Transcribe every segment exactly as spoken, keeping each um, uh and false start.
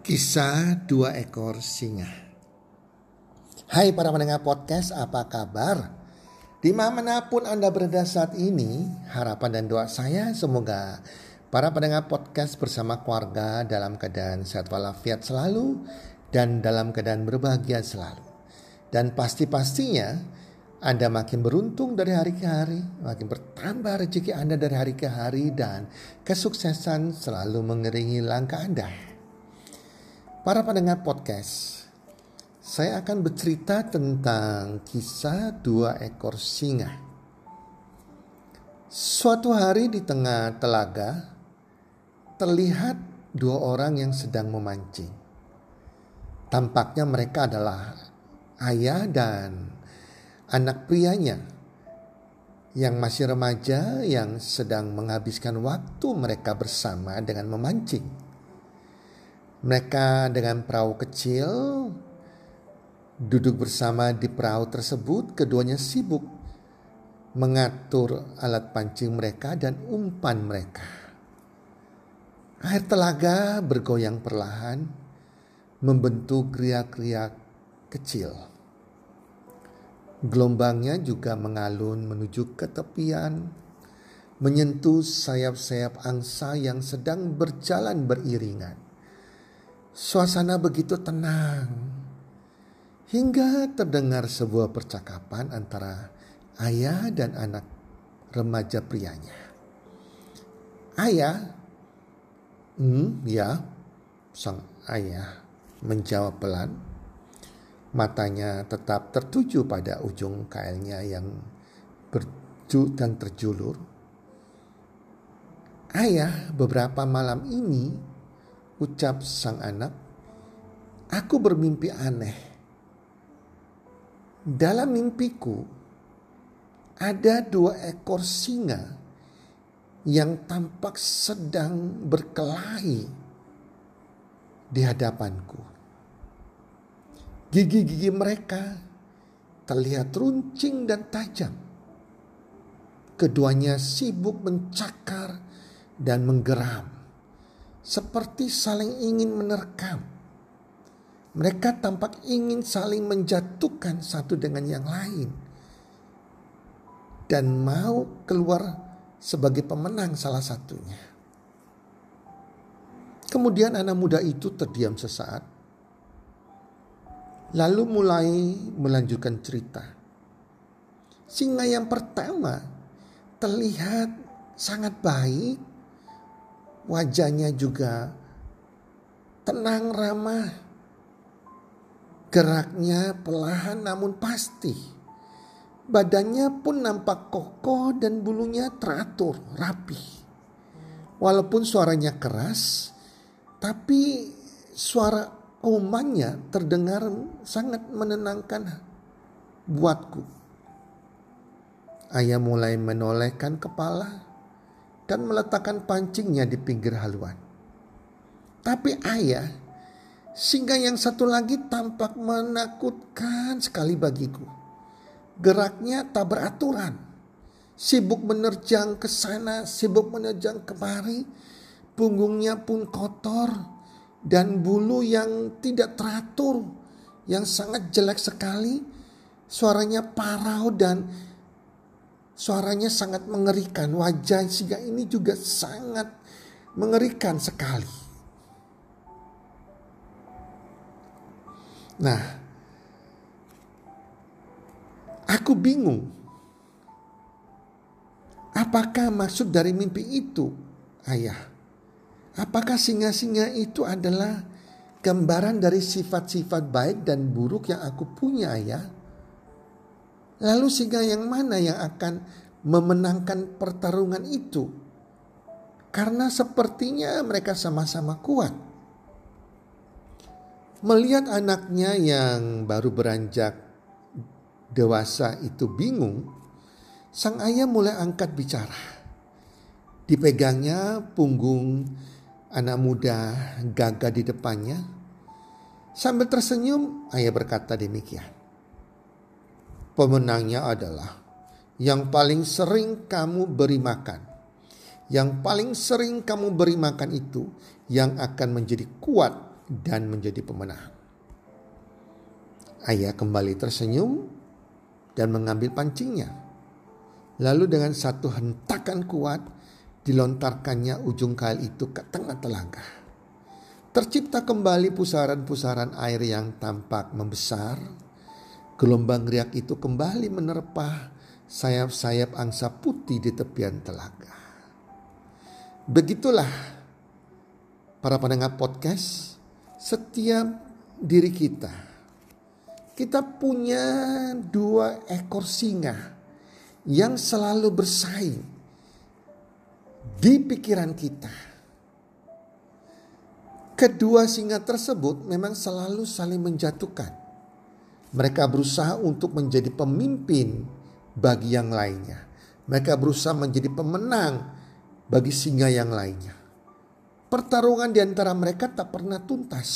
Kisah dua ekor singa. Hai para pendengar podcast, apa kabar? Dimanapun Anda berada saat ini, harapan dan doa saya semoga para pendengar podcast bersama keluarga dalam keadaan sehat walafiat selalu dan dalam keadaan berbahagia selalu. Dan pasti-pastinya Anda makin beruntung dari hari ke hari, makin bertambah rezeki Anda dari hari ke hari, dan kesuksesan selalu mengiringi langkah Anda. Para pendengar podcast, saya akan bercerita tentang kisah dua ekor singa. Suatu hari di tengah telaga, terlihat dua orang yang sedang memancing. Tampaknya mereka adalah ayah dan anak prianya yang masih remaja yang sedang menghabiskan waktu mereka bersama dengan memancing. Mereka dengan perahu kecil duduk bersama di perahu tersebut. Keduanya sibuk mengatur alat pancing mereka dan umpan mereka. Air telaga bergoyang perlahan, membentuk riak-riak kecil. Gelombangnya juga mengalun menuju ke tepian, menyentuh sayap-sayap angsa yang sedang berjalan beriringan. Suasana begitu tenang hingga terdengar sebuah percakapan antara ayah dan anak remaja prianya. Ayah, hmm, ya, sang ayah menjawab pelan. Matanya tetap tertuju pada ujung kailnya yang berju dan terjulur. Ayah, beberapa malam ini, ucap sang anak, aku bermimpi aneh. Dalam mimpiku ada dua ekor singa yang tampak sedang berkelahi di hadapanku. Gigi-gigi mereka terlihat runcing dan tajam. Keduanya sibuk mencakar dan menggeram, seperti saling ingin menerkam. Mereka tampak ingin saling menjatuhkan satu dengan yang lain dan mau keluar sebagai pemenang salah satunya. Kemudian anak muda itu terdiam sesaat, lalu mulai melanjutkan cerita. Singa yang pertama terlihat sangat baik. Wajahnya juga tenang ramah. Geraknya perlahan namun pasti. Badannya pun nampak kokoh dan bulunya teratur, rapi. Walaupun suaranya keras, tapi suara aumannya terdengar sangat menenangkan buatku. Ayah mulai menolehkan kepala dan meletakkan pancingnya di pinggir haluan. Tapi ayah, singa yang satu lagi tampak menakutkan sekali bagiku. Geraknya tak beraturan, sibuk menerjang ke sana, sibuk menerjang kemari. Punggungnya pun kotor dan bulu yang tidak teratur, yang sangat jelek sekali. Suaranya parau dan suaranya sangat mengerikan. Wajah singa ini juga sangat mengerikan sekali. Nah, aku bingung. Apakah maksud dari mimpi itu, ayah? Apakah singa-singa itu adalah gambaran dari sifat-sifat baik dan buruk yang aku punya, ayah? Lalu singa yang mana yang akan memenangkan pertarungan itu? Karena sepertinya mereka sama-sama kuat. Melihat anaknya yang baru beranjak dewasa itu bingung, sang ayah mulai angkat bicara. Dipegangnya punggung anak muda gagah di depannya. Sambil tersenyum, ayah berkata demikian. Pemenangnya adalah yang paling sering kamu beri makan. Yang paling sering kamu beri makan itu yang akan menjadi kuat dan menjadi pemenang. Ayah kembali tersenyum dan mengambil pancingnya. Lalu dengan satu hentakan kuat dilontarkannya ujung kail itu ke tengah telaga. Tercipta kembali pusaran-pusaran air yang tampak membesar. Gelombang riak itu kembali menerpa sayap-sayap angsa putih di tepian telaga. Begitulah para pendengar podcast, setiap diri kita, kita punya dua ekor singa yang selalu bersaing di pikiran kita. Kedua singa tersebut memang selalu saling menjatuhkan. Mereka berusaha untuk menjadi pemimpin bagi yang lainnya. Mereka berusaha menjadi pemenang bagi singa yang lainnya. Pertarungan di antara mereka tak pernah tuntas.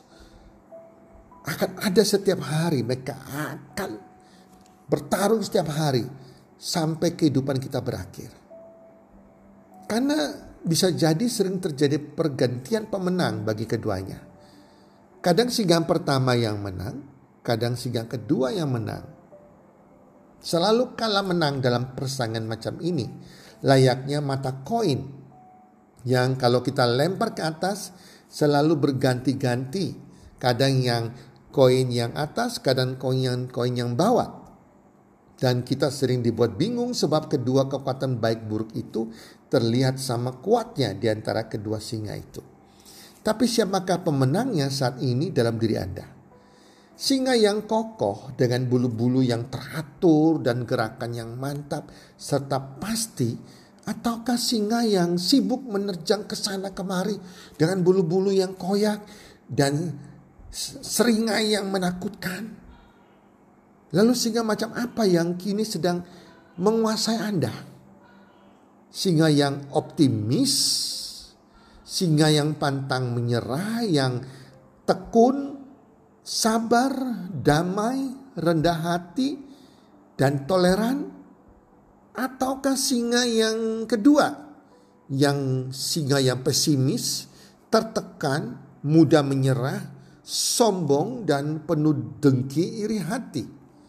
Akan ada setiap hari, mereka akan bertarung setiap hari sampai kehidupan kita berakhir. Karena bisa jadi sering terjadi pergantian pemenang bagi keduanya. Kadang singa pertama yang menang, kadang singa kedua yang menang. Selalu kalah menang dalam persaingan macam ini, layaknya mata koin yang kalau kita lempar ke atas selalu berganti-ganti. Kadang yang koin yang atas, kadang koin yang koin yang bawah. Dan kita sering dibuat bingung sebab kedua kekuatan baik buruk itu terlihat sama kuatnya di antara kedua singa itu. Tapi siapakah pemenangnya saat ini dalam diri Anda? Singa yang kokoh dengan bulu-bulu yang teratur dan gerakan yang mantap serta pasti, ataukah singa yang sibuk menerjang ke sana kemari dengan bulu-bulu yang koyak dan seringai yang menakutkan? Lalu singa macam apa yang kini sedang menguasai Anda? Singa yang optimis, singa yang pantang menyerah, yang tekun, sabar, damai, rendah hati, dan toleran? Ataukah singa yang kedua, yang singa yang pesimis, tertekan, mudah menyerah, sombong, dan penuh dengki, iri hati?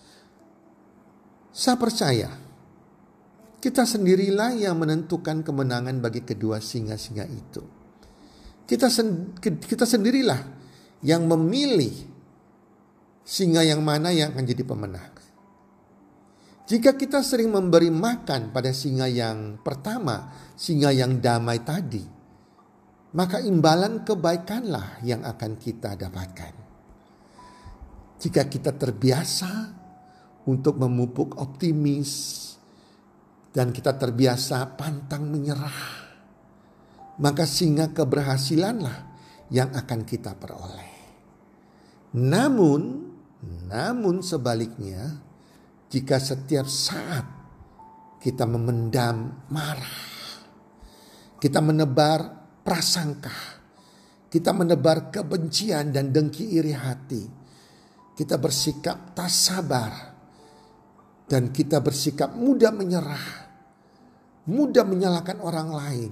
Saya percaya kita sendirilah yang menentukan kemenangan bagi kedua singa-singa itu. Kita, sen, kita sendirilah yang memilih singa yang mana yang akan jadi pemenang. Jika kita sering memberi makan pada singa yang pertama, singa yang damai tadi, maka imbalan kebaikanlah yang akan kita dapatkan. Jika kita terbiasa untuk memupuk optimis dan kita terbiasa pantang menyerah, maka singa keberhasilanlah yang akan kita peroleh. Namun, namun sebaliknya, jika setiap saat kita memendam marah, kita menebar prasangka, kita menebar kebencian dan dengki iri hati, kita bersikap tak sabar, dan kita bersikap mudah menyerah, mudah menyalahkan orang lain,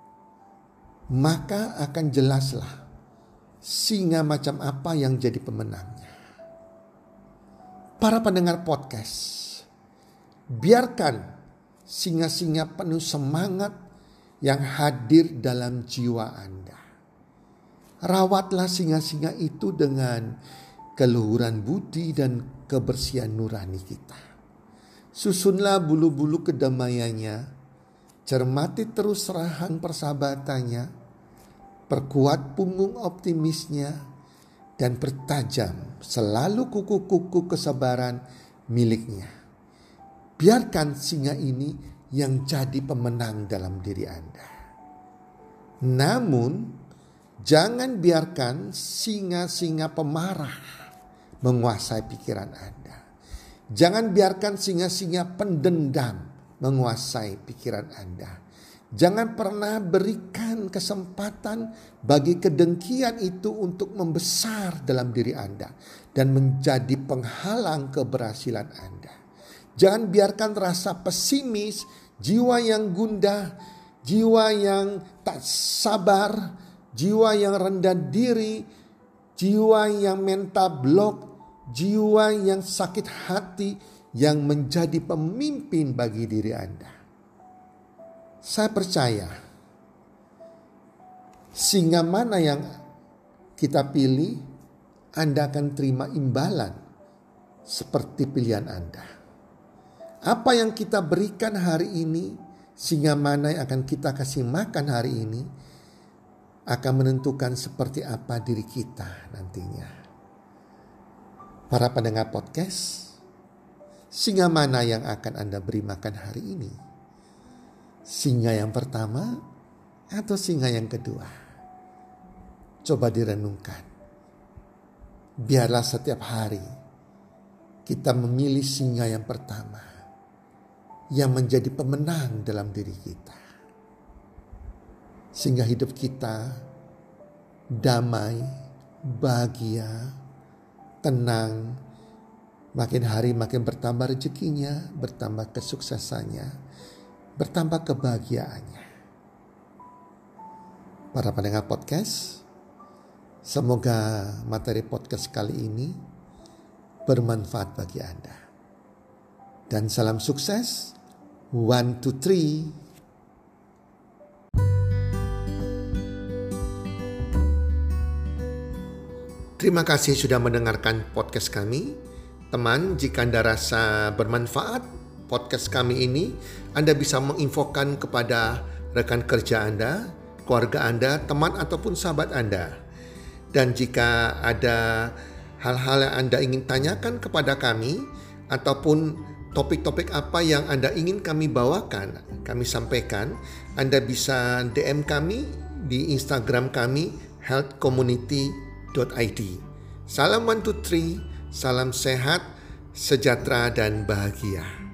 maka akan jelaslah singa macam apa yang jadi pemenangnya. Para pendengar podcast, biarkan singa-singa penuh semangat yang hadir dalam jiwa Anda. Rawatlah singa-singa itu dengan keluhuran budi dan kebersihan nurani kita. Susunlah bulu-bulu kedamaiannya, cermati terus serahan persahabatannya, perkuat punggung optimisnya, dan pertajam selalu kuku-kuku kesabaran miliknya. Biarkan singa ini yang jadi pemenang dalam diri Anda. Namun, jangan biarkan singa-singa pemarah menguasai pikiran Anda. Jangan biarkan singa-singa pendendam menguasai pikiran Anda. Jangan pernah berikan kesempatan bagi kedengkian itu untuk membesar dalam diri Anda dan menjadi penghalang keberhasilan Anda. Jangan biarkan rasa pesimis, jiwa yang gundah, jiwa yang tak sabar, jiwa yang rendah diri jiwa yang mental block, jiwa yang sakit hati yang menjadi pemimpin bagi diri Anda. Saya percaya singa mana yang kita pilih, Anda akan terima imbalan seperti pilihan Anda. Apa yang kita berikan hari ini, singa mana yang akan kita kasih makan hari ini, akan menentukan seperti apa diri kita nantinya. Para pendengar podcast, singa mana yang akan Anda beri makan hari ini? Singa yang pertama atau singa yang kedua? Coba direnungkan. Biarlah setiap hari kita memilih singa yang pertama, yang menjadi pemenang dalam diri kita. Sehingga hidup kita damai, bahagia, tenang. Makin hari makin bertambah rezekinya, bertambah kesuksesannya, bertambah kebahagiaannya. Para pendengar podcast, semoga materi podcast kali ini bermanfaat bagi Anda. Dan salam sukses, one, two, three. Terima kasih sudah mendengarkan podcast kami. Teman, jika Anda rasa bermanfaat podcast kami ini, Anda bisa menginfokan kepada rekan kerja Anda, keluarga Anda, teman ataupun sahabat Anda. Dan jika ada hal-hal yang Anda ingin tanyakan kepada kami, ataupun topik-topik apa yang Anda ingin kami bawakan, kami sampaikan, Anda bisa D M kami di Instagram kami health community dot i d. Salam one two three, salam sehat, sejahtera dan bahagia.